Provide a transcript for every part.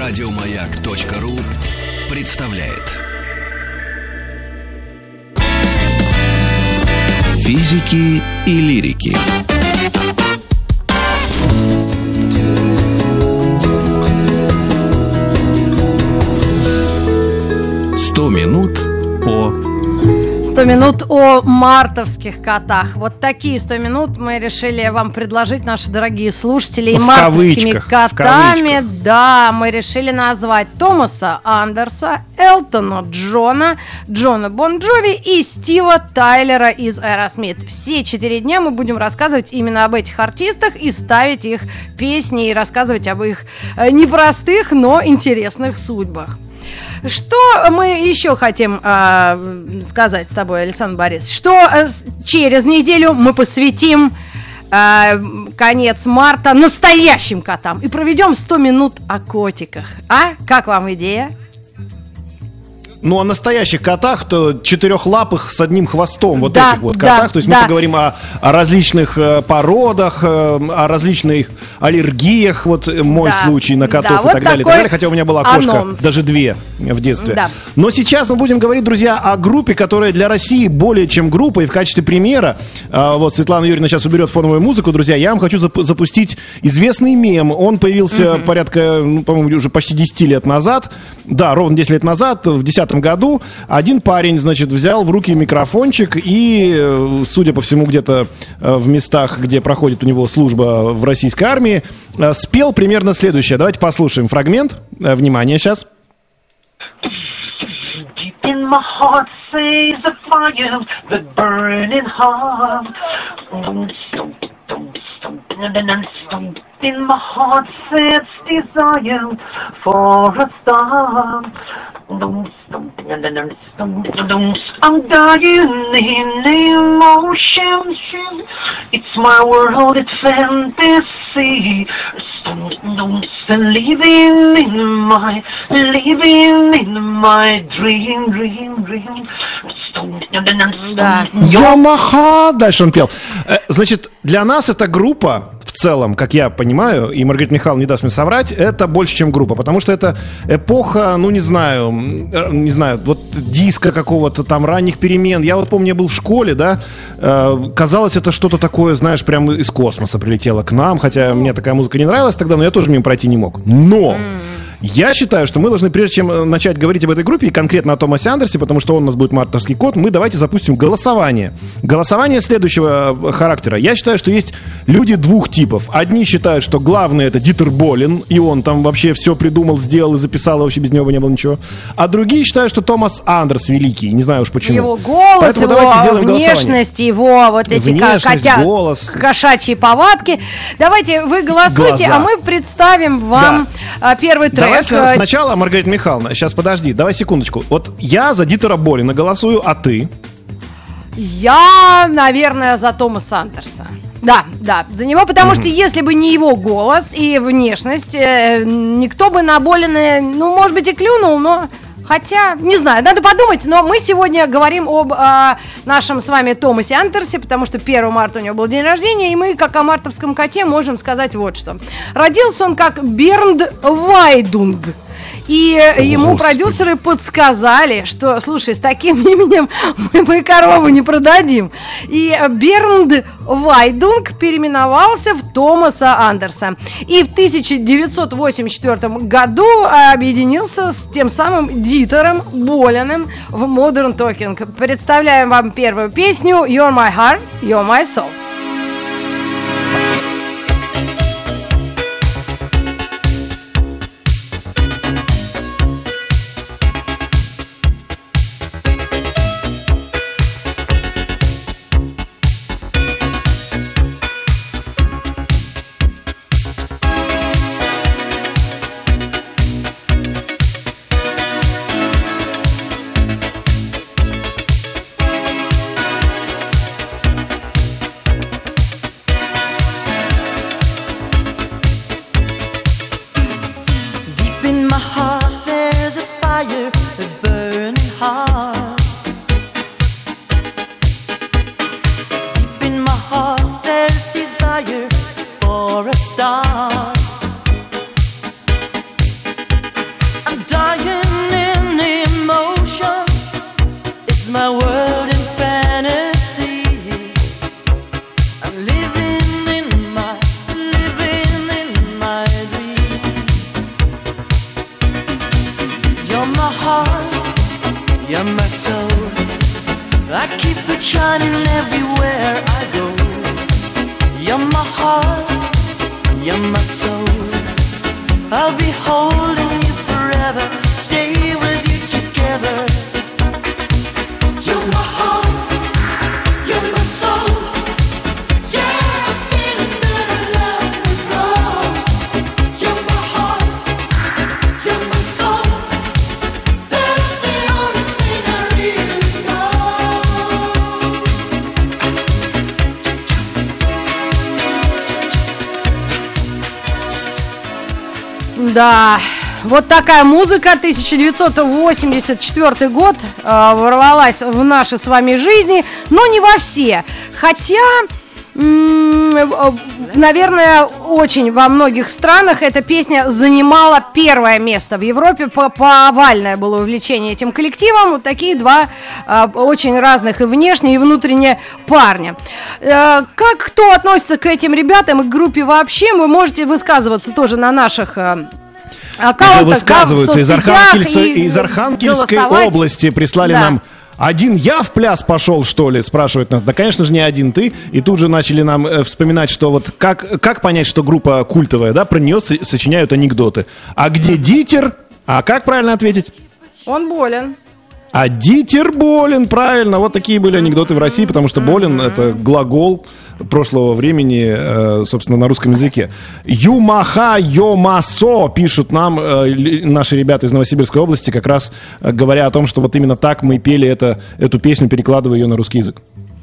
Радиомаяк.ру представляет Физики и лирики. «100 минут о...» 100 минут о мартовских котах. Вот такие 100 минут мы решили вам предложить, наши дорогие слушатели. И мартовскими котами, да, мы решили назвать Томаса Андерса, Элтона Джона, Джона Бон Джови и Стива Тайлера из Aerosmith. Все 4 дня мы будем рассказывать именно об этих артистах и ставить их песни, и рассказывать об их непростых, но интересных судьбах. Что мы еще хотим сказать с тобой, Александр Борисович? Что через неделю мы посвятим конец марта настоящим котам и проведем 100 минут о котиках. А? Как вам идея? Ну, о настоящих котах, то четырехлапых с одним хвостом, вот этих вот котах. То есть мы поговорим о различных породах, о различных аллергиях, вот мой случай на котов и вот так далее, и так далее. Хотя у меня была кошка, даже 2 в детстве. Да. Но сейчас мы будем говорить, друзья, о группе, которая для России более чем группа. И в качестве примера, вот Светлана Юрьевна сейчас уберет фоновую музыку, друзья, я вам хочу запустить известный мем. Он появился порядка, по-моему, уже почти 10 лет назад. Да, ровно 10 лет назад, в 2010 году один парень, значит, взял в руки микрофончик и, судя по всему, где-то в местах, где проходит у него служба в российской армии, спел примерно следующее. Давайте послушаем фрагмент. Внимание, сейчас. In my heart says the fire, the burning heart. In my heart sets desire for a star. I'm dying in emotion. It's my world, it's fantasy. Living in my dream. Да. Ямаха! Дальше он пел. Значит, для нас эта группа в целом, как я понимаю, и Маргарита Михайловна не даст мне соврать, это больше, чем группа, потому что это эпоха, ну, не знаю, вот диска какого-то там, ранних перемен. Я вот помню, я был в школе, да, казалось, это что-то такое, знаешь, прямо из космоса прилетело к нам, хотя мне такая музыка не нравилась тогда, но я тоже мимо пройти не мог. Но... Я считаю, что мы должны, прежде чем начать говорить об этой группе, и конкретно о Томасе Андерсе, потому что он у нас будет мартовский кот, мы давайте запустим голосование. Голосование следующего характера. Я считаю, что есть люди 2 типов. Одни считают, что главный это Дитер Болин, и он там вообще все придумал, сделал и записал, и вообще без него бы не было ничего. А другие считают, что Томас Андерс великий, не знаю уж почему. Его голос, поэтому его внешность, его вот эти кошачьи повадки. Давайте вы голосуйте, а мы представим вам первый трек. Давайте сначала, Маргарита Михайловна, сейчас подожди, давай секундочку. Вот я за Дитера Болина голосую, а ты? Я, наверное, за Томаса Андерса. Да, за него, потому что если бы не его голос и внешность, никто бы на Болина, ну, может быть, и клюнул, но... Хотя, не знаю, надо подумать, но мы сегодня говорим об нашем с вами Томасе Андерсе, потому что 1 марта у него был день рождения, и мы, как о мартовском коте, можем сказать вот что. Родился он как Бернд Вайдунг. И ему продюсеры подсказали, что, слушай, с таким именем мы корову не продадим. И Бернд Вайдунг переименовался в Томаса Андерса. И в 1984 году объединился с тем самым Дитером Болиным в Modern Talking. Представляем вам первую песню «You're my heart, you're my soul». shining everywhere I go. You're my heart, you're my soul. I'll be holding you forever, stay with you together. You're my heart, you're my soul. Yeah, I'm feeling that our love will grow. You're my heart, you're my soul. That's the only thing I really know. Да, вот такая музыка, 1984 год, ворвалась в наши с вами жизни, но не во все. Хотя, наверное, очень во многих странах эта песня занимала первое место. В Европе повальное было увлечение этим коллективом. Вот такие два очень разных и внешне, и внутренне парня. Как кто относится к этим ребятам и к группе вообще, вы можете высказываться тоже на наших аккаунтах, уже высказываются да, из Архангельской области прислали нам. Один я в пляс пошел, что ли, спрашивает нас. Да, конечно же, не один ты. И тут же начали нам вспоминать, что вот как понять, что группа культовая, да, про нее сочиняют анекдоты. А где Дитер? А как правильно ответить? Он болен. А Дитер болен, правильно. Вот такие были анекдоты в России, потому что болен — это глагол прошлого времени, собственно, на русском языке. Юмаха йомасо пишут нам наши ребята из Новосибирской области, как раз говоря о том, что вот именно так мы пели эту песню, перекладывая ее на русский язык.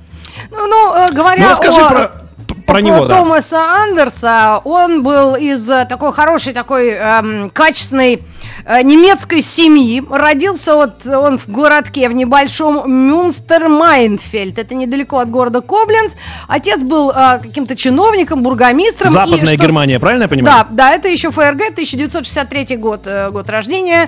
Говоря про него, да. Томаса Андерса, он был из такой хорошей, такой качественной немецкой семьи. Родился он в городке, в небольшом Мюнстер-Майнфельд. Это недалеко от города Кобленц. Отец был каким-то чиновником, бургомистром. Западная Германия, правильно я понимаю? Да, это еще ФРГ, 1963 год рождения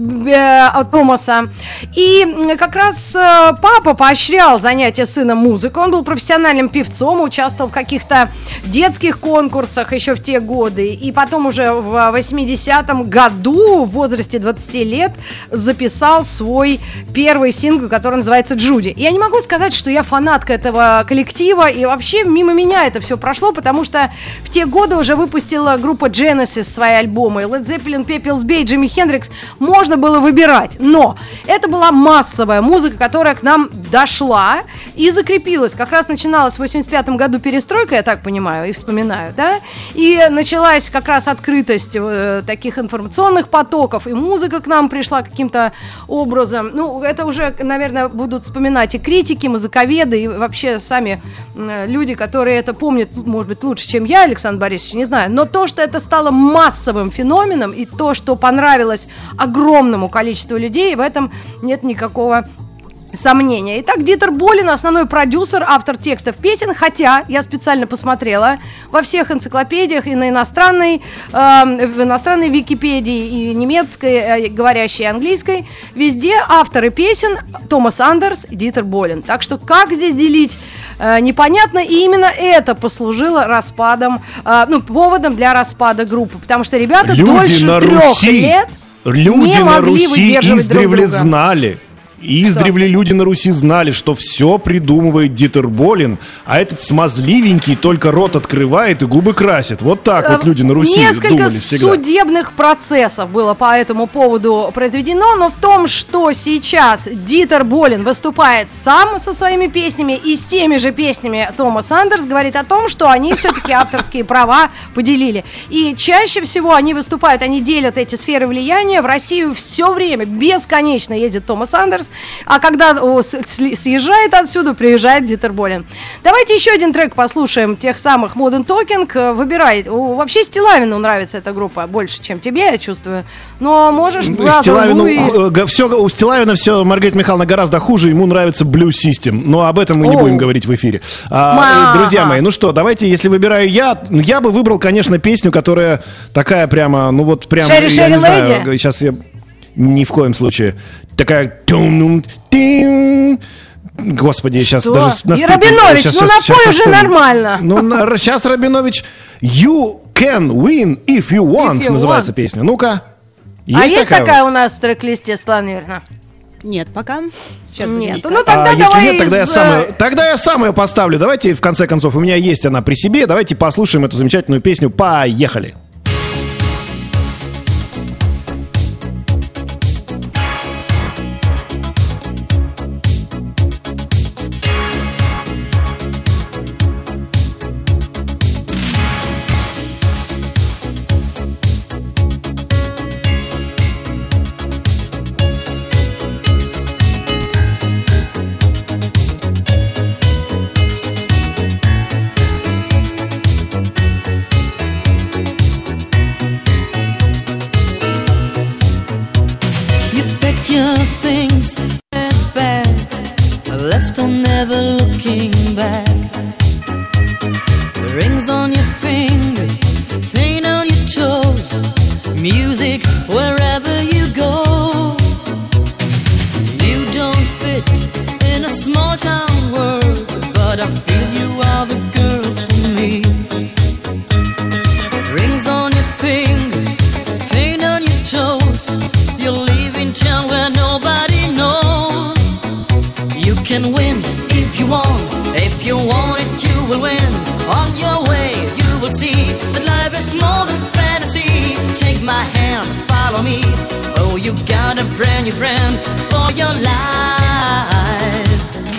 Томаса. И как раз папа поощрял занятия сына музыкой. Он был профессиональным певцом, участвовал в каких-то детских конкурсах еще в те годы. И потом уже в 80-м году, в возрасте 20 лет, записал свой первый сингл, который называется «Джуди». Я не могу сказать, что я фанатка этого коллектива, и вообще мимо меня это все прошло, потому что в те годы уже выпустила группа Genesis свои альбомы, Led Zeppelin, Purple Bay, Джимми Хендрикс, можно было выбирать, но это была массовая музыка, которая к нам дошла и закрепилась. Как раз начиналась в 85-м году перестройка, я так понимаю и вспоминаю, да, и началась как раз открытость таких информационных потоков, и музыка к нам пришла каким-то образом. Ну, это уже, наверное, будут вспоминать и критики, музыковеды, и вообще сами люди, которые это помнят, может быть, лучше, чем я, Александр Борисович, не знаю. Но то, что это стало массовым феноменом, и то, что понравилось огромному количеству людей, в этом нет никакого сомнения. Итак, Дитер Болен, основной продюсер, автор текстов песен, хотя я специально посмотрела во всех энциклопедиях и на иностранной, в иностранной Википедии, и немецкой, говорящей, и английской, везде авторы песен Томас Андерс и Дитер Болен. Так что как здесь делить, непонятно, и именно это послужило распадом, поводом для распада группы, потому что ребята дольше 3 лет не могли выдерживать друг друга. Знали. И издревле люди на Руси знали, что все придумывает Дитер Болен, а этот смазливенький только рот открывает и губы красит. Вот так вот люди на Руси думали всегда. Несколько судебных процессов было по этому поводу произведено, но в том, что сейчас Дитер Болен выступает сам со своими песнями и с теми же песнями Томас Андерс, говорит о том, что они все-таки авторские права поделили. И чаще всего они выступают, они делят эти сферы влияния. В Россию все время бесконечно ездит Томас Андерс, а когда съезжает отсюда, приезжает Дитер Болен. Давайте еще один трек послушаем тех самых Modern Talking. Выбирай. Вообще Стилавину нравится эта группа больше, чем тебе, я чувствую. Но можешь... У Стилавина все, Маргарита Михайловна, гораздо хуже. Ему нравится Blue System. Но об этом мы не будем говорить в эфире. Друзья мои, ну что, давайте, если выбираю я бы выбрал, конечно, песню, которая такая прямо, Шерри Леди? Сейчас я... Ни в коем случае. Такая... Господи, сейчас даже... И Рабинович, напой уже нормально. Сейчас Рабинович... You can win if you want, называется песня. Ну-ка. Есть такая у нас в трек-листе, Светлана Юрьевна? Нет, пока. Сейчас Нет, будем ну искать. тогда если давай нет, из... тогда я сам ее поставлю. Давайте, в конце концов, у меня есть она при себе. Давайте послушаем эту замечательную песню. Поехали. You packed your things, head back, left on never looking back. Rings on your fingers, paint on your toes, music wherever you go. You don't fit in a small town world, but I feel you are the girl for me. Rings on your fingers, paint on your toes. You're leaving town where nobody knows. You can win if you want. If you want it, you will win. On your way, you will see that life is more than fantasy. Take my hand, follow me. Oh, you got a brand new friend for your life.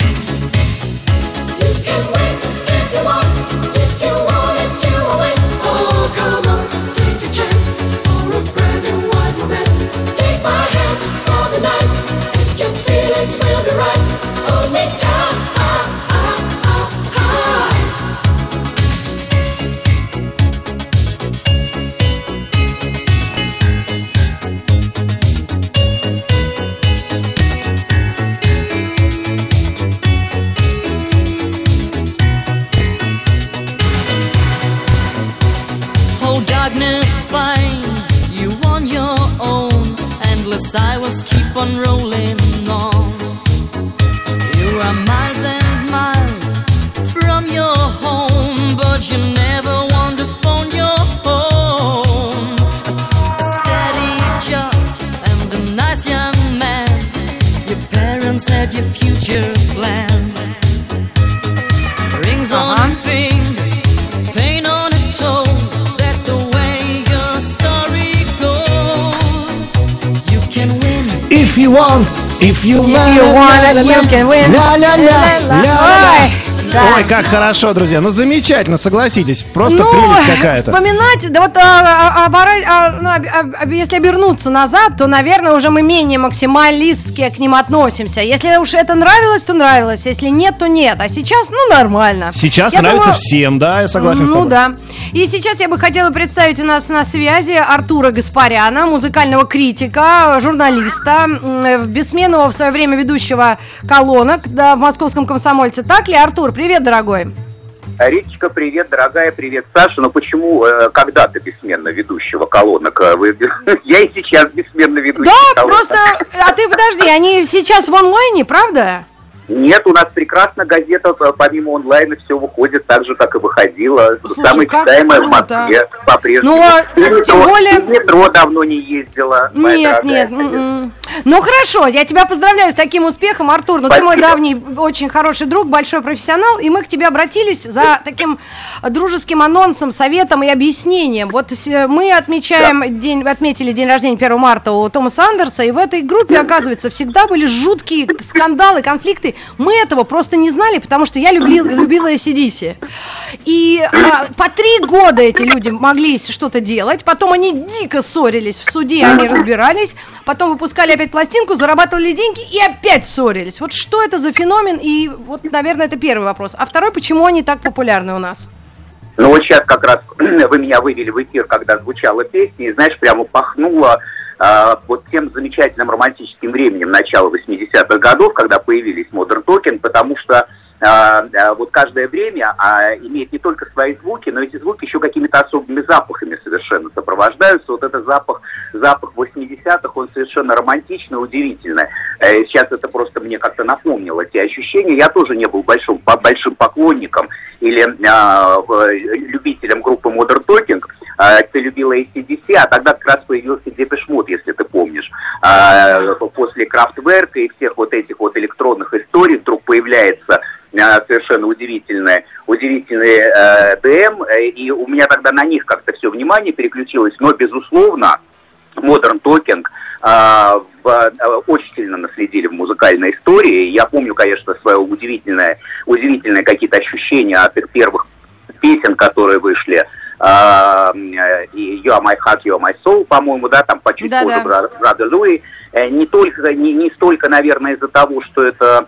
You can win if you want. If you want it, you will win. Oh, come on, take a chance for a brand new wide romance. Take my hand for the night, and your feelings will be right. Hold me tight. Oh, darkness finds you on your own. Endless highways keep on rolling on. You are miles and miles from your home, but you never want to phone your home. A steady job and a nice young man. Your parents had your future planned. Rings on your fingers, paint on your toes. That's the way your story goes. You can win. If you want, if you If you want it, you can win. Ой, да. Ой, как хорошо, друзья. Ну, замечательно, согласитесь. Просто Ну, прелесть какая-то. вспоминать, да вот если обернуться назад, то, наверное, уже мы менее максималистски к ним относимся. Если уж это нравилось, то нравилось. Если нет, то нет. А сейчас, ну, нормально. Сейчас Я нравится думаю, всем, да, я согласен с Ну тобой. да. И сейчас я бы хотела представить у нас на связи Артура Гаспаряна, музыкального критика, журналиста, бессменного в свое время ведущего колонок, да, в московском «Комсомольце». Так ли, Артур? Привет, дорогой. Риточка, привет, дорогая, привет, Саша. Ну почему когда-то бессменно ведущего колонок? Я и сейчас бессменно ведущий Да, колонок. просто... А ты подожди, они сейчас в онлайне, правда? Нет, у нас прекрасно газета, помимо онлайна, все выходит так же, как и выходила. Слушай, Самая как читаемая в круто. Москве по-прежнему. Ну, а И в тем метро- более- и в метро давно не ездила. моя Нет, дорогая, нет. конечно. Ну хорошо, я тебя поздравляю с таким успехом, Артур. Ну ты мой Спасибо. давний, очень хороший друг, большой профессионал, и мы к тебе обратились за таким дружеским анонсом, советом и объяснением. Вот мы отметили день рождения 1 марта у Томаса Андерса, и в этой группе, оказывается, всегда были жуткие скандалы, конфликты. Мы этого просто не знали, потому что я любила AC/DC. И по 3 года эти люди могли что-то делать, потом они дико ссорились в суде, они разбирались, потом выпускали опять пластинку, зарабатывали деньги и опять ссорились. Вот что это за феномен? И вот, наверное, это первый вопрос. А второй, почему они так популярны у нас? Ну вот сейчас как раз вы меня вывели в эфир, когда звучала песня, и, знаешь, прямо пахнуло вот тем замечательным романтическим временем начала 80-х годов, когда появились Modern Talking, потому что вот каждое время имеет не только свои звуки, но эти звуки еще какими-то особыми запахами совершенно сопровождаются. Вот этот запах 80-х, он совершенно романтичный, удивительный. Сейчас это просто мне как-то напомнило те ощущения. Я тоже не был большим поклонником или любителем группы Modern Talking. Ты любила AC/DC, а тогда как раз появился Depeche Mode, если ты помнишь. после Kraftwerk и всех вот этих вот электронных историй вдруг появляется совершенно удивительный ДМ, и у меня тогда на них как-то все внимание переключилось, но, безусловно, Modern Talking очень сильно наследили в музыкальной истории. Я помню, конечно, свое удивительное какие-то ощущения от их первых песен, которые вышли. You are my heart, you are my soul, по-моему, да, там по чуть позже Brother Louie. Не столько, наверное, из-за того, что это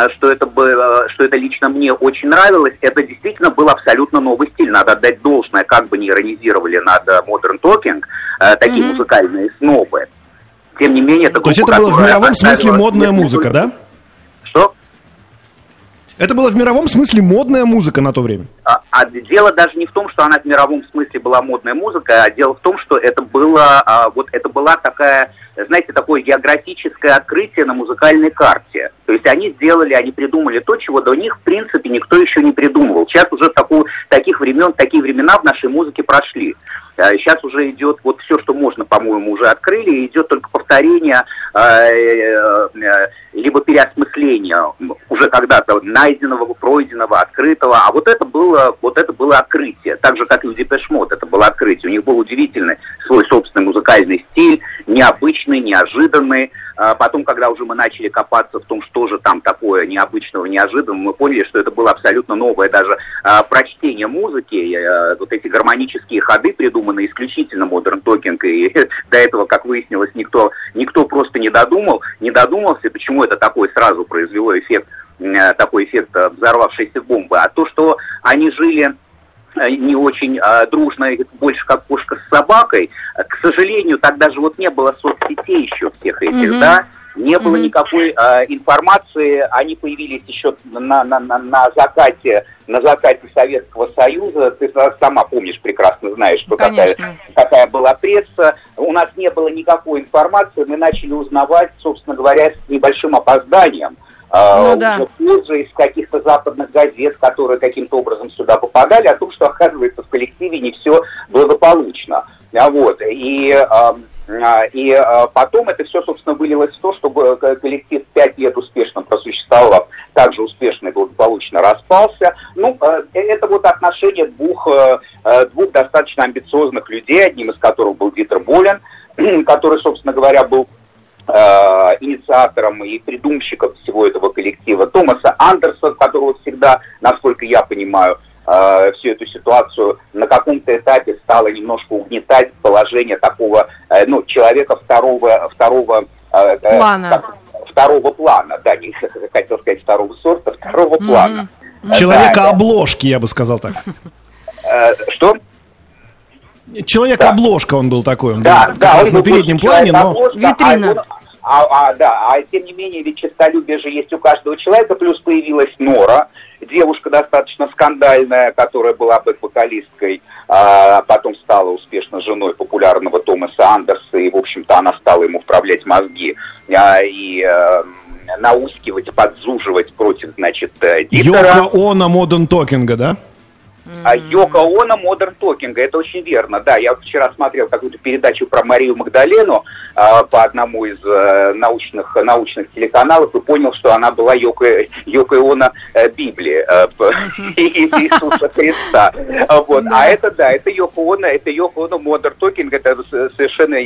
лично мне очень нравилось, это действительно был абсолютно новый стиль. Надо отдать должное, как бы ни иронизировали над Modern Talking такие музыкальные снобы. Тем не менее, это... То есть это было в мировом смысле модная музыка, да? Что? Это была в мировом смысле модная музыка на то время? А дело даже не в том, что она в мировом смысле была модная музыка, а дело в том, что это была такая, знаете, такое географическое открытие на музыкальной карте. То есть они придумали то, чего до них, в принципе, никто еще не придумывал. Сейчас уже такие времена в нашей музыке прошли. Сейчас уже идет вот все, что можно, по-моему, уже открыли, и идет только повторение, либо переосмысление уже когда-то найденного, пройденного, открытого. А вот это было открытие. Так же, как и у Depeche Mode, это было открытие. У них был удивительный свой собственный музыкальный стиль, необычный, неожиданный. Потом, когда уже мы начали копаться в том, что же там такое необычного, неожиданного, мы поняли, что это было абсолютно новое даже прочтение музыки, вот эти гармонические ходы, придуманные исключительно Modern Talking, и до этого, как выяснилось, никто просто не додумался, почему это такой сразу произвело такой эффект взорвавшейся бомбы, а то, что они жили не очень дружно, больше как кошка с собакой. К сожалению, тогда же вот не было соцсетей еще всех этих, да, не было никакой информации, они появились еще на закате Советского Союза, ты сама помнишь, прекрасно знаешь, что какая была пресса, у нас не было никакой информации, мы начали узнавать, собственно говоря, с небольшим опозданием. Уже позже из каких-то западных газет, которые каким-то образом сюда попадали, о том, что, оказывается, в коллективе не все благополучно. Вот. И потом это все, собственно, вылилось в то, что коллектив 5 лет успешно просуществовал, также успешно и благополучно распался. Это вот отношение двух достаточно амбициозных людей, одним из которых был Дитер Болен, который, собственно говоря, был инициатором и придумщиком всего этого коллектива, Томаса Андерса, которого всегда, насколько я понимаю, всю эту ситуацию на каком-то этапе стало немножко угнетать положение такого, человека второго плана, да, не хотел сказать второго сорта, второго плана. Человека-обложки, я бы сказал так. Что? Человек-обложка он был такой, он был на переднем плане, но... Витрина. Тем не менее, ведь честолюбие же есть у каждого человека, плюс появилась Нора, девушка достаточно скандальная, которая была бэк-вокалисткой, потом стала успешно женой популярного Томаса Андерса, и, в общем-то, она стала ему вправлять мозги и наускивать, подзуживать против, значит, Дитера. Йоко Оно Modern Talking, да? Йоко Оно Modern Talking, это очень верно, да, я вчера смотрел какую-то передачу про Марию Магдалену по одному из научных телеканалов и понял, что она была Йоко Оно Библии Иисуса Христа, вот, а это, да, это Йоко Оно Modern Talking, это совершенно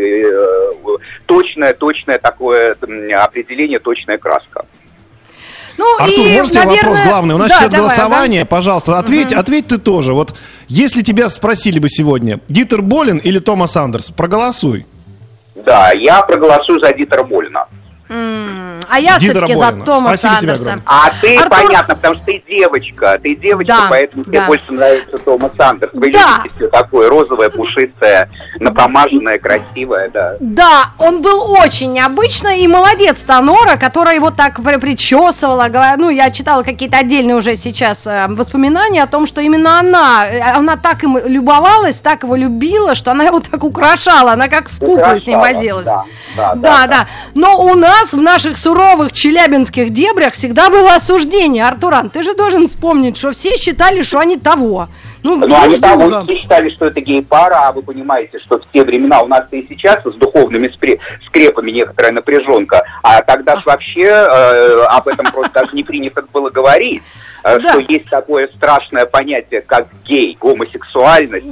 точное такое определение, точная краска. Артур, можете вопрос главный? У нас сейчас голосование, пожалуйста, ответь ты тоже. Вот если тебя спросили бы сегодня, Дитер Болен или Томас Андерс, проголосуй. Да, я проголосую за Дитера Болена. А я все-таки за Томаса Андерса. А ты, Артур... понятно, потому что ты девочка, да, поэтому тебе больше нравится Томас Андерс. Вы любите все такое розовое, пушистое, напомаженное, красивое, да. Да, он был очень необычный, и молодец Нора, которая его так причесывала. Я читала какие-то отдельные уже сейчас воспоминания о том, что именно она так им любовалась, так его любила, что она его так украшала, она как с куклой с ним возилась. Да. Но у нас нас в наших суровых челябинских дебрях всегда было осуждение. Артуран, ты же должен вспомнить, что все считали, что они того. Ну, они того, все считали, что это гей-пара, а вы понимаете, что в те времена у нас и сейчас с духовными скрепами некоторая напряженка, а тогда ж вообще об этом просто даже не принято было говорить. Что есть такое страшное понятие, как гей, гомосексуальность.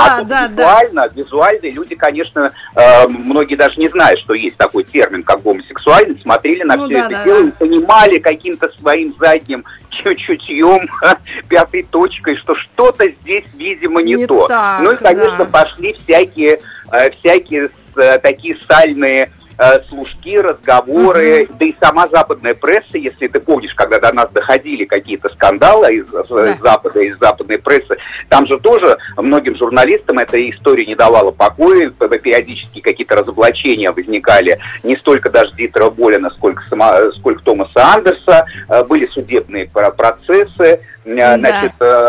Визуально люди, конечно, многие даже не знают, что есть такой термин, как гомосексуальность, смотрели на все это дело и понимали каким-то своим задним чутьем, пятой точкой, что что-то здесь, видимо, не то. Так, ну и, конечно, пошли всякие такие сальные служки, разговоры, да и сама западная пресса, если ты помнишь, когда до нас доходили какие-то скандалы из Запада, из западной прессы, там же тоже многим журналистам эта история не давала покоя, периодически какие-то разоблачения возникали, не столько даже Дитера Болина, сколько Томаса Андерса, были судебные процессы. Значит,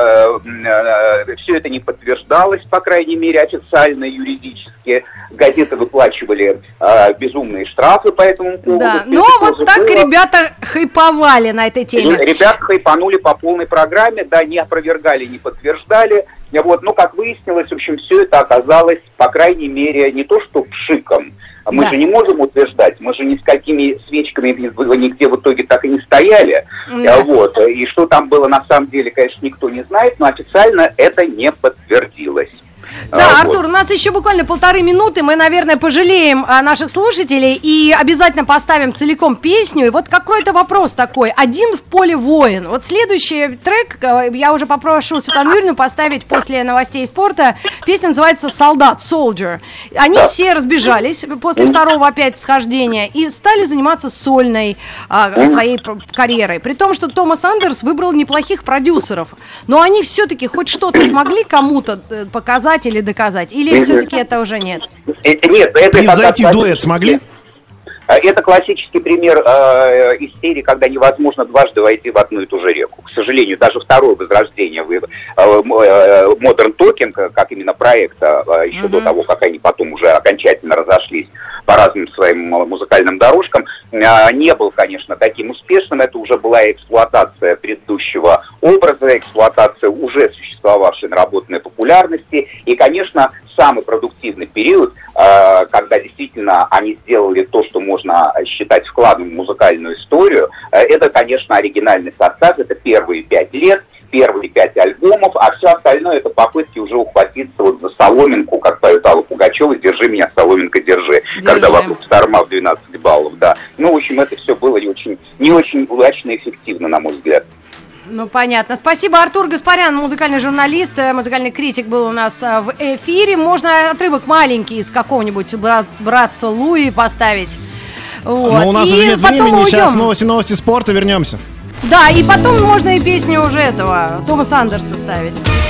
все это не подтверждалось, по крайней мере, официально, юридически. Газеты выплачивали безумные штрафы по этому поводу. Да, но вот так было. Ребята хайповали на этой теме. Ребята хайпанули по полной программе, да, не опровергали, не подтверждали. Вот, но, как выяснилось, в общем, все это оказалось, по крайней мере, не то что пшиком. Мы же не можем утверждать, мы же ни с какими свечками нигде в итоге так и не стояли. Вот. И что там было на самом деле, конечно, никто не знает, но официально это не подтвердилось. Да, Артур, у нас еще буквально 1,5 минуты, мы, наверное, пожалеем наших слушателей и обязательно поставим целиком песню. И вот какой-то вопрос такой, «Один в поле воин». Вот следующий трек, я уже попрошу Светлану Юрьевну поставить после новостей спорта, песня называется «Солдат», «Soldier». Они все разбежались после второго опять схождения и стали заниматься сольной своей карьерой. При том, что Томас Андерс выбрал неплохих продюсеров, но они все-таки хоть что-то смогли кому-то показать или доказать? Или все-таки это уже нет? Нет, это превзойти дуэт смогли? Это классический пример из серии, когда невозможно дважды войти в одну и ту же реку. К сожалению, даже второе возрождение Modern Talking, как именно проекта, еще до того, как они потом уже окончательно разошлись по разным своим музыкальным дорожкам, не был, конечно, таким успешным. Это уже была эксплуатация предыдущего образа, эксплуатация уже существовавшей наработанной популярности. И, конечно, самый продуктивный период, когда действительно они сделали то, что можно считать вкладом в музыкальную историю, это, конечно, оригинальный состав, это первые 5 лет, первые 5 альбомов, а все остальное это попытки уже ухватиться вот за соломинку, как поет Алла Пугачева, «Держи меня, соломинка, держи», когда вокруг шторма в 12 баллов, да. Ну, в общем, это все было не очень удачно и эффективно, на мой взгляд. Ну, понятно. Спасибо, Артур Гаспарян, музыкальный журналист, музыкальный критик был у нас в эфире. Можно отрывок маленький из какого-нибудь «Братца Луи» поставить. Вот. Но у нас и уже нет времени, уйдем. сейчас новости спорта, вернемся. Да, и потом можно и песню уже этого Томаса Андерса ставить.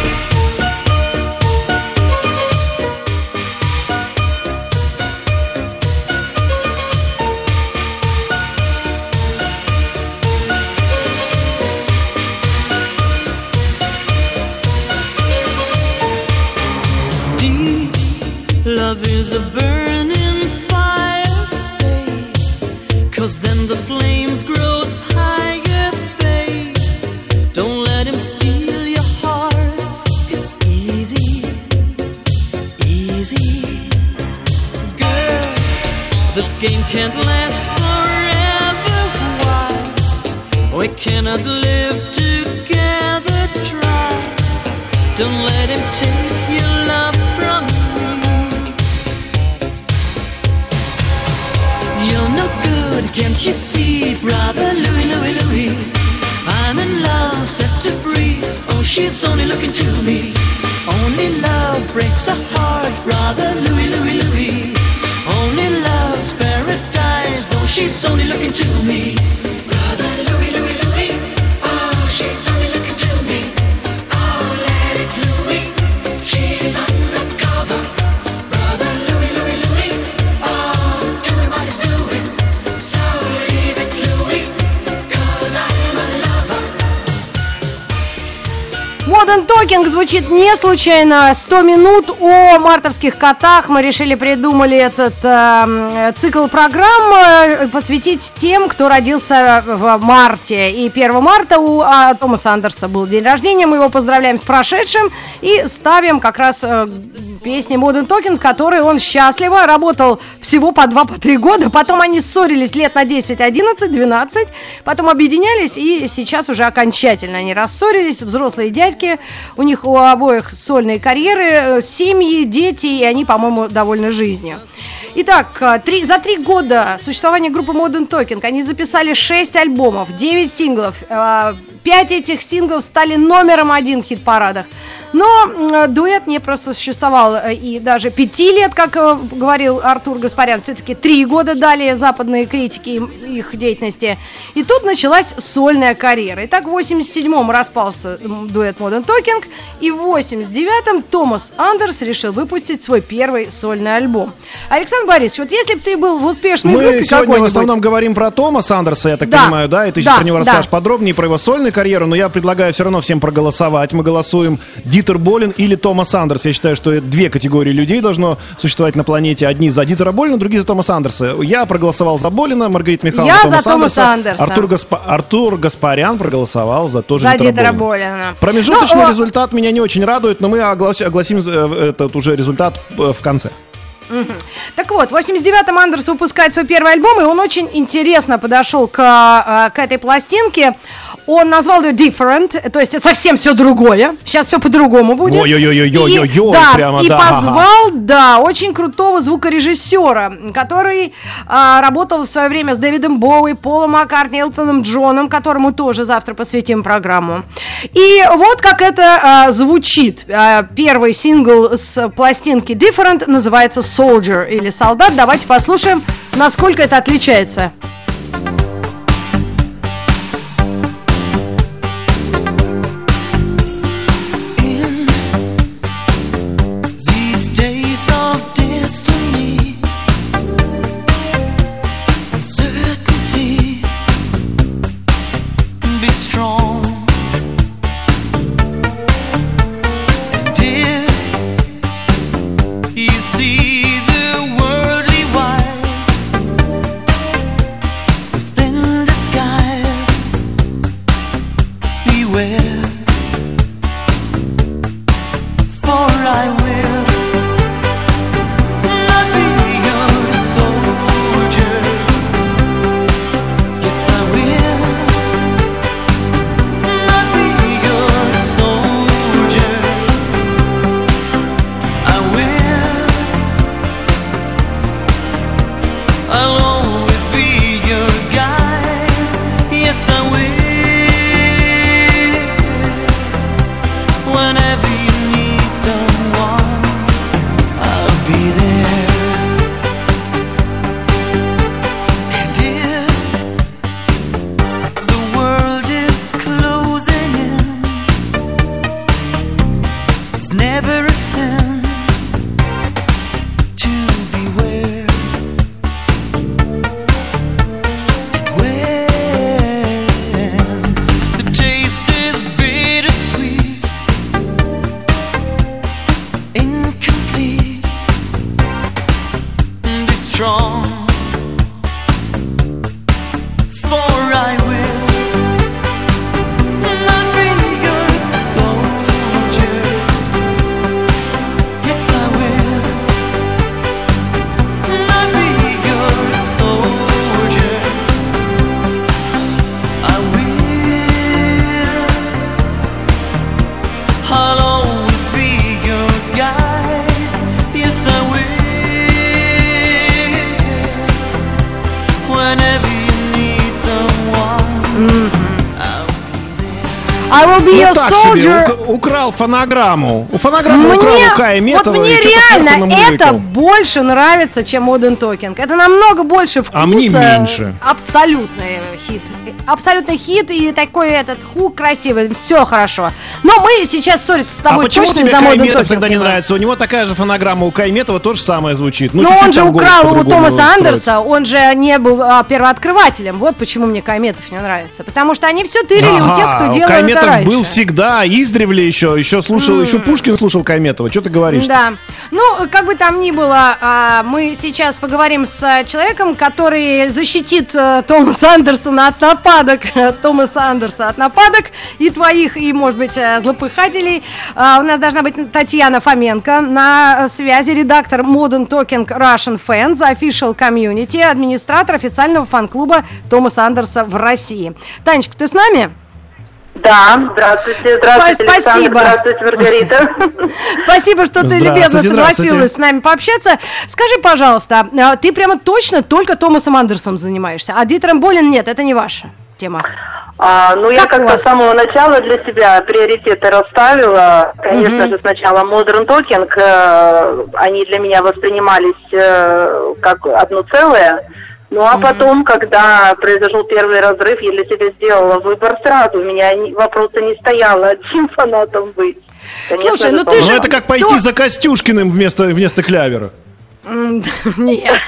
Love is a burning fire, stay, 'cause then the flames grow higher, babe. Don't let him steal your heart, it's easy, easy. Girl, this game can't last forever, why? We cannot live together, try. Don't let him take your love from me. You're no good, can't you see, brother Louie, Louie, Louie? I'm in love, set to free. Oh, she's only looking to me. Only love breaks a heart, brother Louie, Louie, Louie. Only love's paradise. Oh, she's only looking to me. Brother Louie, Louie, Louie. Oh, she's only looking to me. Oh, let it Louie. She's undercover. Brother Louie, Louie, Louie. Oh, doing what he's doing. So leave it Louie, 'cause I'm a lover. Modern Talking Talking звучит не случайно. 100 минут о мартовских котах. Мы решили, придумали этот цикл программ посвятить тем, кто родился в марте. И 1 марта у Томаса Андерса был день рождения. Мы его поздравляем с прошедшим и ставим как раз песни Modern Talking, в которой он счастливо работал всего по 2-3 года. Потом они ссорились лет на 10, 11, 12. Потом объединялись, и сейчас уже окончательно они рассорились. Взрослые дядьки, у них у обоих сольные карьеры, семьи, дети, и они, по-моему, довольны жизнью. Итак, за 3 года существования группы Modern Talking они записали 6 альбомов, 9 синглов. 5 этих синглов стали номером 1 в хит-парадах. Но дуэт не просуществовал и даже 5 лет, как говорил Артур Гаспарян. Все-таки 3 года дали западные критики их деятельности. И тут началась сольная карьера. Итак, в 87-м распался дуэт Modern Talking, и в 89-м Томас Андерс решил выпустить свой первый сольный альбом. Александр Борисович, вот если бы ты был в успешной группе какой-нибудь... Мы сегодня в основном говорим про Томаса Андерса, я так понимаю, да? И ты сейчас про него расскажешь подробнее, про его сольную карьеру, но я предлагаю все равно всем проголосовать. Мы голосуем Дитер Болин или Томас Андерс. Я считаю, что это 2 категории людей должно существовать на планете. Одни за Дитера Болина, другие за Томаса Андерса. Я проголосовал за Болина, Маргарита Михайловна за Томаса Андерса. Артур Гаспарян проголосовал за тоже Дитера Болина. Промежуточный результат меня не очень радует, но мы огласим этот уже результат в конце. Так вот, в 89-м Андерс выпускает свой первый альбом, и он очень интересно подошел к этой пластинке. Он назвал ее Different, то есть это совсем все другое. Сейчас все по-другому будет. И позвал, очень крутого звукорежиссера, который работал в свое время с Дэвидом Боуи, Полом Маккартни, Элтоном Джоном, которому тоже завтра посвятим программу. И вот как это звучит. Первый сингл с пластинки Different называется Soldier или Солдат. Давайте послушаем, насколько это отличается. Украл фонограмму. У фонограммы украл у Кая Метова. Вот мне реально это больше нравится, чем Modern Talking. Это намного больше вкуса. А мне меньше. Абсолютный хит. абсолютно хит и такой этот хук красивый, все хорошо. Но мы сейчас ссориться с тобой почему точно тебе за Modern Кайметов Talking. тогда не нравится? У него такая же фонограмма, у Кайметова тоже самое звучит. Но чуть-чуть он же там голос украл у по-другому Томаса строится. Андерса, он же не был первооткрывателем. Вот почему мне Кайметов не нравится. Потому что они все тырили у тех, кто делал Кайметов это раньше. был всегда, издревле еще слушал, еще Пушкин слушал Кайметова. Что ты говоришь? Да. Ну, как бы там ни было, мы сейчас поговорим с человеком, который защитит Томаса Андерсона от нападок, Томаса Андерса от нападок и твоих, и, может быть, злопыхателей. У нас должна быть Татьяна Фоменко на связи, редактор Modern Talking Russian Fans, Official Community, администратор официального фан-клуба Томаса Андерса в России. Танечка, ты с нами? Да, здравствуйте, Спасибо. Александр, здравствуйте, Маргарита. Спасибо, что ты любезно согласилась с нами пообщаться. Скажи, пожалуйста, ты прямо точно только Томасом Андерсом занимаешься, а Дитером Болин нет, это не ваша тема? Я как-то с самого начала для себя приоритеты расставила. Конечно же, сначала Modern Talking, они для меня воспринимались как одно целое. Ну, а потом, когда произошел первый разрыв, я для себя сделала выбор сразу. У меня вопроса не стояло, чьим фанатом быть. Конечно, слушай, ну ты же... Ну, это как пойти за Костюшкиным вместо Клявера. Нет,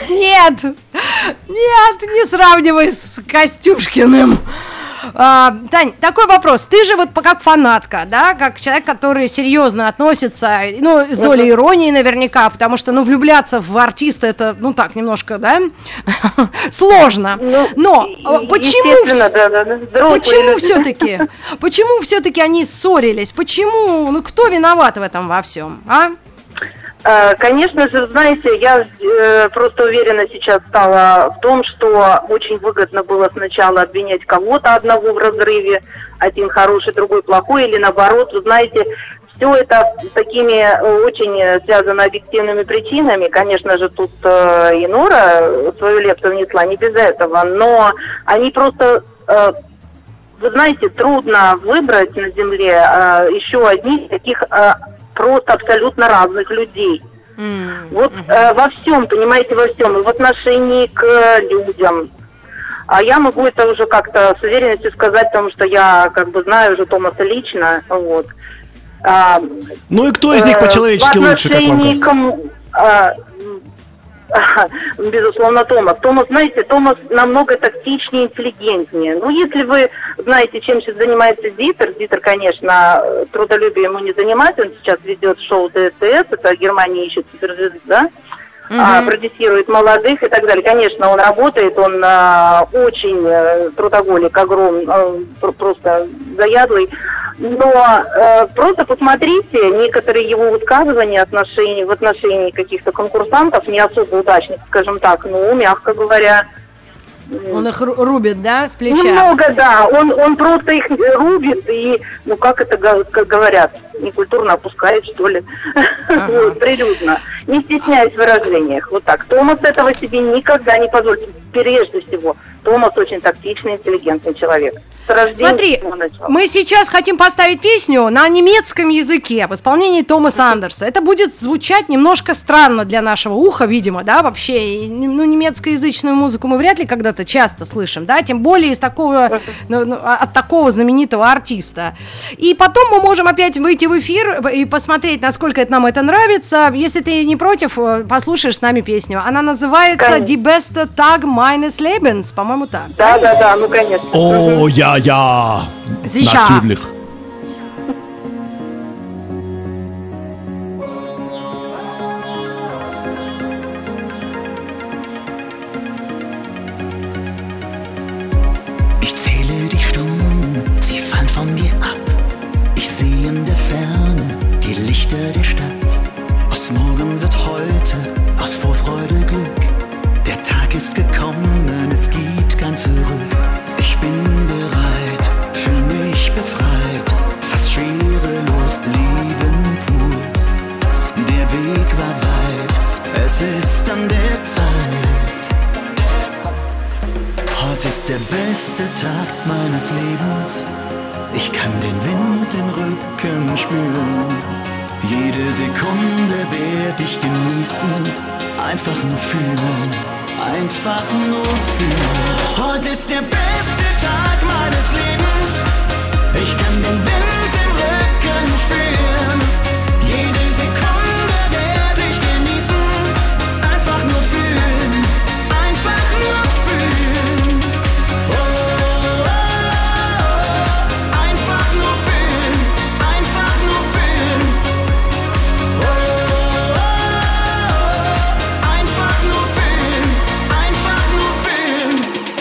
не сравнивай с Костюшкиным. Тань, такой вопрос. Ты же вот как фанатка, да, как человек, который серьезно относится, ну, с долей иронии наверняка, потому что, ну, влюбляться в артиста это, ну, так, немножко, да, сложно. Но почему все-таки они ссорились? Почему, ну, кто виноват в этом во всем, а? Конечно же, знаете, я просто уверена сейчас стала в том, что очень выгодно было сначала обвинять кого-то одного в разрыве, один хороший, другой плохой, или наоборот, вы знаете, все это с такими очень связано объективными причинами. Конечно же, тут и Нора свою лепту внесла, не без этого, но они просто... Вы знаете, трудно выбрать на земле еще одних таких... просто абсолютно разных людей. Вот во всем, понимаете, во всем. И в отношении к людям. А я могу это уже как-то с уверенностью сказать, потому что я как бы знаю уже Томаса лично. Вот. Ну и кто из них по-человечески лучше, как вам кажется? Безусловно, Томас. Томас, знаете, Томас намного тактичнее, интеллигентнее. Ну, если вы знаете, чем сейчас занимается Дитер, конечно, трудолюбие ему не занимать, он сейчас ведет шоу ДСТС, это Германия ищет суперзвезды, да? Продюсирует молодых и так далее. Конечно, он работает, он очень трудоголик, огромный, просто заядлый. Но просто посмотрите некоторые его высказывания в отношении каких-то конкурсантов, не особо удачных, скажем так, ну, мягко говоря. Он их рубит, да, с плеча? Немного, да. Он просто их рубит и, ну, как это говорят, некультурно опускает, что ли, прилюдно. Не стесняясь в выражениях. Вот так. Томас этого себе никогда не позволит. Прежде всего, Томас очень тактичный, интеллигентный человек. Смотри, мы сейчас хотим поставить песню на немецком языке в исполнении Томаса Андерса. Это будет звучать немножко странно для нашего уха, видимо, да, вообще. Ну, немецкоязычную музыку мы вряд ли когда-то часто слышим, да, тем более из такого, от такого знаменитого артиста. И потом мы можем опять выйти в эфир и посмотреть, насколько нам это нравится. Если ты не против, послушаешь с нами песню. Она называется «Die beste Tag meines Lebens», по-моему, так. Да, ну, конечно. О, ja, natürlich. Ich zähle die Stunden, sie fallen von mir ab. Ich sehe in der Ferne die Lichter der Stadt. Aus morgen wird heute, aus Vorfreude Glück. Der Tag ist gekommen, es gibt kein Zurück. Ich bin bereit, fühl mich befreit, fast schwerelos, Leben pur. Der Weg war weit, es ist an der Zeit. Heute ist der beste Tag meines Lebens. Ich kann den Wind im Rücken spüren. Jede Sekunde werd ich genießen, einfach nur fühlen. einfach nur fühlen. Heute ist der beste Tag meines Lebens. Ich kann den Wind im Rücken spüren. Jede Sekunde werde ich genießen. Einfach nur fühlen. Einfach nur fühlen. Oh, oh, oh. Einfach nur fühlen. Einfach nur fühlen. Oh, oh, oh. Einfach nur fühlen. Einfach nur fühlen.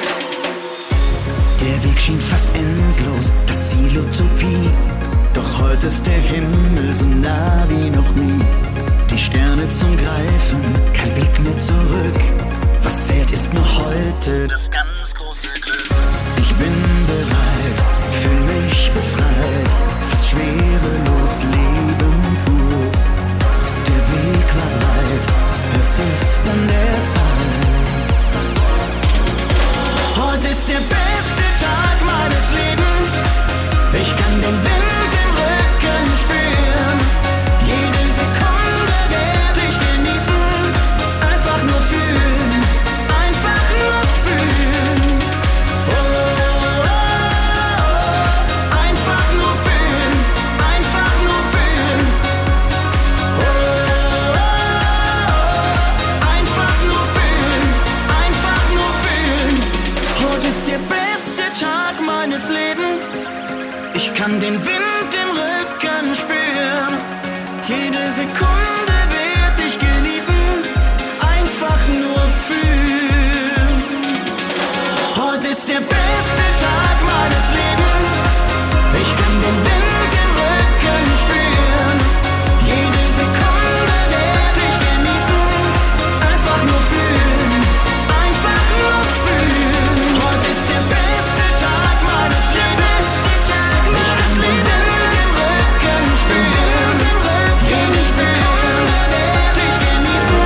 Der Weg schien fast endlos, das Ziel Utopie. Doch heute ist der Himmel so nah wie noch nie. Die Sterne zum Greifen, kein Blick mehr zurück. Was zählt ist nur heute das ganz große Glück. Ich bin bereit, fühl mich befreit, fast schwerelos leben pur. Der Weg war weit, es ist an der Zeit. Heute ist der beste Tag meines Lebens. Ich kann den Wind im Rücken spüren. Jede Sekunde werde ich genießen. Einfach nur fühlen. Einfach nur fühlen. Oh, oh, oh. Einfach nur fühlen. Einfach nur fühlen. Oh, oh, oh. Einfach nur fühlen. Einfach nur fühlen. Heute ist der beste Tag meines Lebens. Ich kann den Wind im Rücken spüren. Jede Sekunde werd ich genießen. Einfach nur fühlen. Heute ist der beste Tag meines Lebens. Ich kann den Wind im Rücken spüren. Jede Sekunde werd ich genießen. Einfach nur fühlen. Einfach nur fühlen. Heute ist der beste Tag meines Lebens. Ich kann den Wind im Rücken spüren. Jede Sekunde werd ich genießen.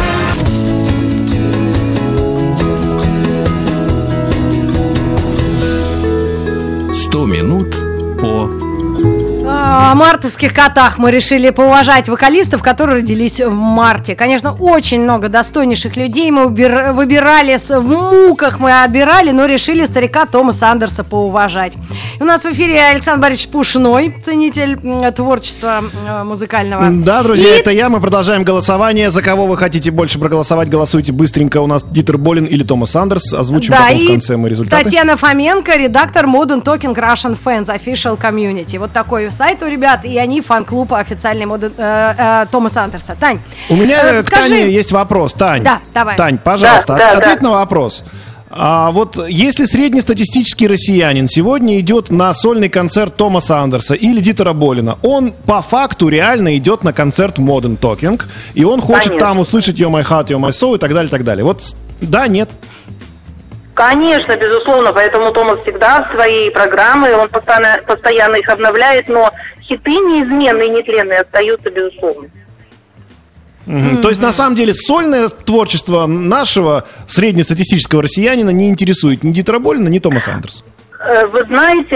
100 минут по... О мартовских котах мы решили поуважать вокалистов, которые родились в марте. Конечно, очень много достойнейших людей мы выбирали, в муках мы отбирали, но решили старика Томаса Андерса поуважать. У нас в эфире Александр Борисович Пушной, ценитель творчества музыкального. Да, друзья, это я. Мы продолжаем голосование. За кого вы хотите больше проголосовать, голосуйте быстренько. У нас Дитер Болин или Томас Андерс. Озвучим потом в конце мы результаты. Татьяна Фоменко, редактор Modern Talking Russian Fans Official Community. Вот такой сайт у ребят, и они фан-клуб официальный Томаса Андерса. Тань, у меня к Тане есть вопрос. Тань, да, давай. Тань, пожалуйста, ответь на вопрос. Вот если среднестатистический россиянин сегодня идет на сольный концерт Томаса Андерса или Дитера Болина, он по факту реально идет на концерт Modern Talking, и он хочет там услышать You're My Heart, You're My Soul и так далее, так далее. Вот да, нет? Конечно, безусловно, поэтому Томас всегда в своей программе, он постоянно их обновляет, но хиты неизменные, нетленные остаются, безусловно. То есть, на самом деле, сольное творчество нашего среднестатистического россиянина не интересует ни Дитера Болина, ни Томаса Андерса? Вы знаете,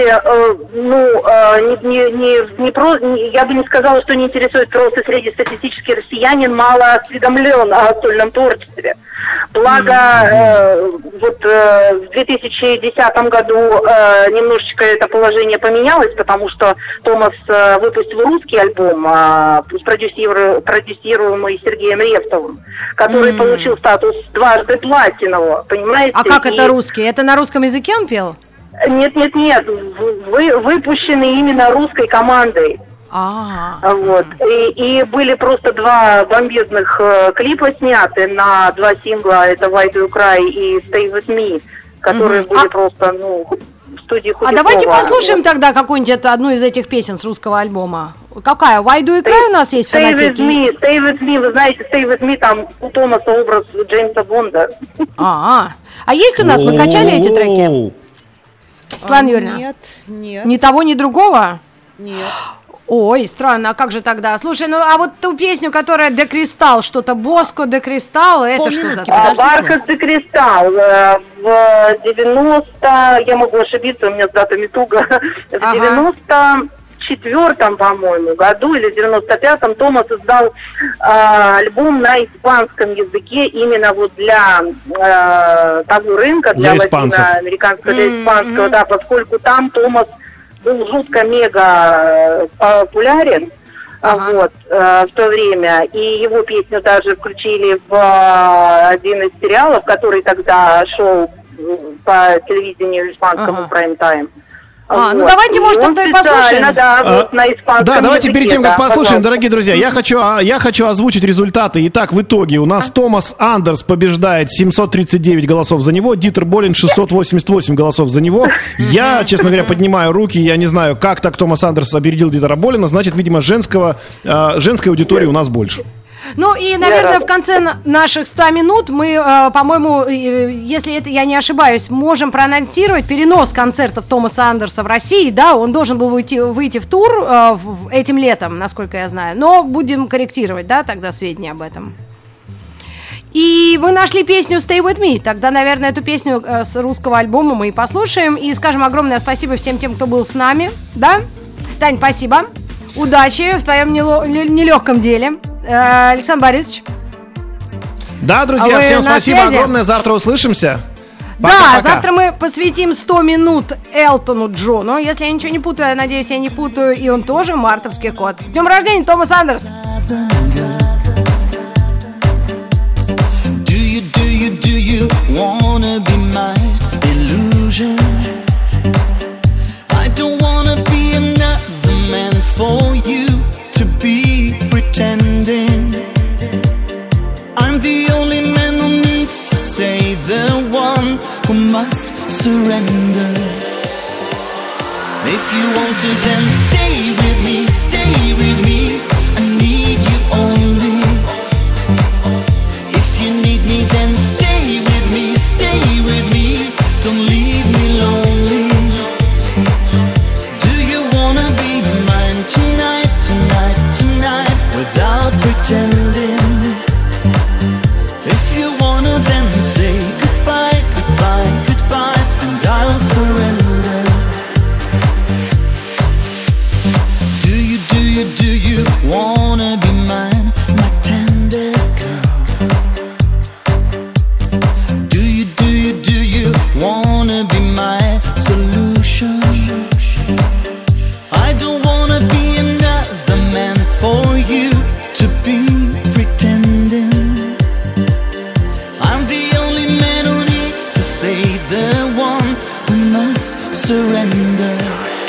я бы не сказала, что не интересует, просто среднестатистический россиянин мало осведомлен о сольном творчестве. Благо, вот в 2010 году немножечко это положение поменялось, потому что Томас выпустил русский альбом, продюсируемый Сергеем Ревтовым, который получил статус дважды платинового, понимаете? А как это русский? Это на русском языке он пел? Нет, выпущены именно русской командой. Вот. И были просто два бомбезных клипа сняты на два сингла, это Why Do You Cry и Stay With Me, которые были просто, в студии Худякова. А давайте послушаем тогда какую-нибудь одну из этих песен с русского альбома. Какая? Why Do You Cry у нас есть фанатики? Stay With Me, вы знаете, Stay With Me, там у Томаса образ Джеймса Бонда. А есть у нас, мы качали эти треки? Светлана Юрьевна? Нет. Ни того, ни другого? Нет. Ой, странно, а как же тогда? Слушай, а вот ту песню, которая «Де Кристалл», что-то «Боско де Кристалл», это что за... «Бархат де Кристалл» в 90, я могу ошибиться, у меня с датами туго, в 94-м, по-моему, году или в 95-м Томас издал альбом на испанском языке именно вот для того рынка, для латиноамериканского, для испанского, да, поскольку там Томас был жутко-мега популярен. Вот, в то время. И его песню даже включили в один из сериалов, который тогда шел по телевидению испанскому прайм-тайм. Ну давайте, может, тогда и послушаем. Да, на испанском да, давайте языке, перед тем, как послушаем, пожалуйста. дорогие друзья, я хочу озвучить результаты. Итак, в итоге у нас Томас Андерс побеждает, 739 голосов за него, Дитер Болин 688 голосов за него. Я, честно говоря, поднимаю руки, я не знаю, как так Томас Андерс опередил Дитера Болина, значит, видимо, женской аудитории у нас больше. Ну и, наверное, в конце наших 100 минут мы, по-моему, если это я не ошибаюсь, можем проанонсировать перенос концертов Томаса Андерса в России. Да, он должен был выйти в тур этим летом, насколько я знаю. Но будем корректировать, да, тогда сведения об этом. И вы нашли песню «Stay With Me». Тогда, наверное, эту песню с русского альбома мы и послушаем. И скажем огромное спасибо всем тем, кто был с нами. Да? Тань, спасибо. Удачи в твоем нелегком деле. Александр Борисович. Да, друзья, всем спасибо огромное. Завтра услышимся. Пока. Завтра мы посвятим 100 минут Элтону Джону. Если я ничего не путаю, я надеюсь, я не путаю. И он тоже мартовский кот. С днем рождения, Томас Андерс! Do you wanna be my illusion? I don't wanna be another man for you to be pretending. I'm the only man who needs to say the one who must surrender. If you want to, then stay with me, stay with me. I need you only. If you need me, then stay with me, stay with me. Don't leave me lonely. Do you wanna be mine tonight, tonight, tonight, without pretending? If you wanna, then say goodbye, goodbye, goodbye, and I'll surrender. Do you wanna be mine, my tender girl? Do you wanna be my solution? I don't wanna be another man for you to be pretending. I'm the only man who needs to say the one who must surrender.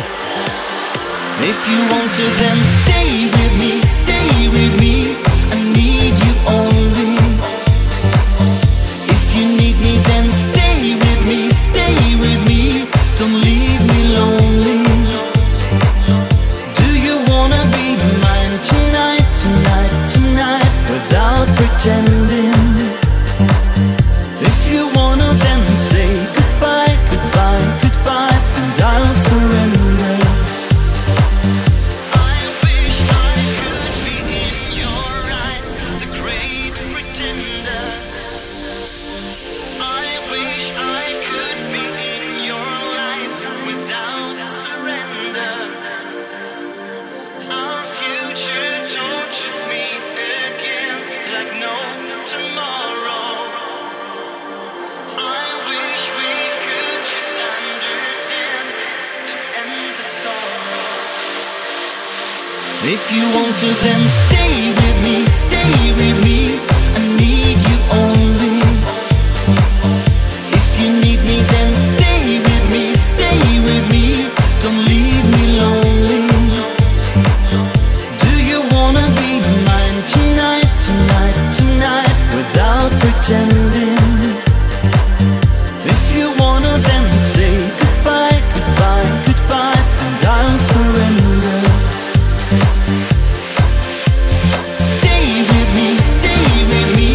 If you want to, then stay with me, stay with me. I need you only. If you need me, then stay with me, stay with me. Don't leave me lonely. Do you wanna be mine tonight, tonight, tonight, without pretending? If you wanna, then say goodbye, goodbye, goodbye, and I'll surrender. I wish I could be in your eyes, the great pretender. I wish I could be in your life without surrender. Our future tortures me again like no tomorrow. I wish we could just understand to end the sorrow. If you want to, then stay with me, stay with me. I need you only. If you need me, then stay with me, stay with me. Don't leave me lonely. Do you wanna be mine tonight, tonight, tonight, without pretending? If you wanna, then say goodbye, goodbye, goodbye, and I'll surrender. Stay with me, stay with me.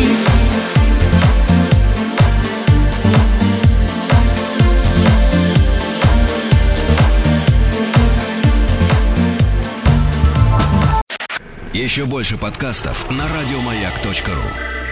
Еще больше подкастов на радиомаяк.ру.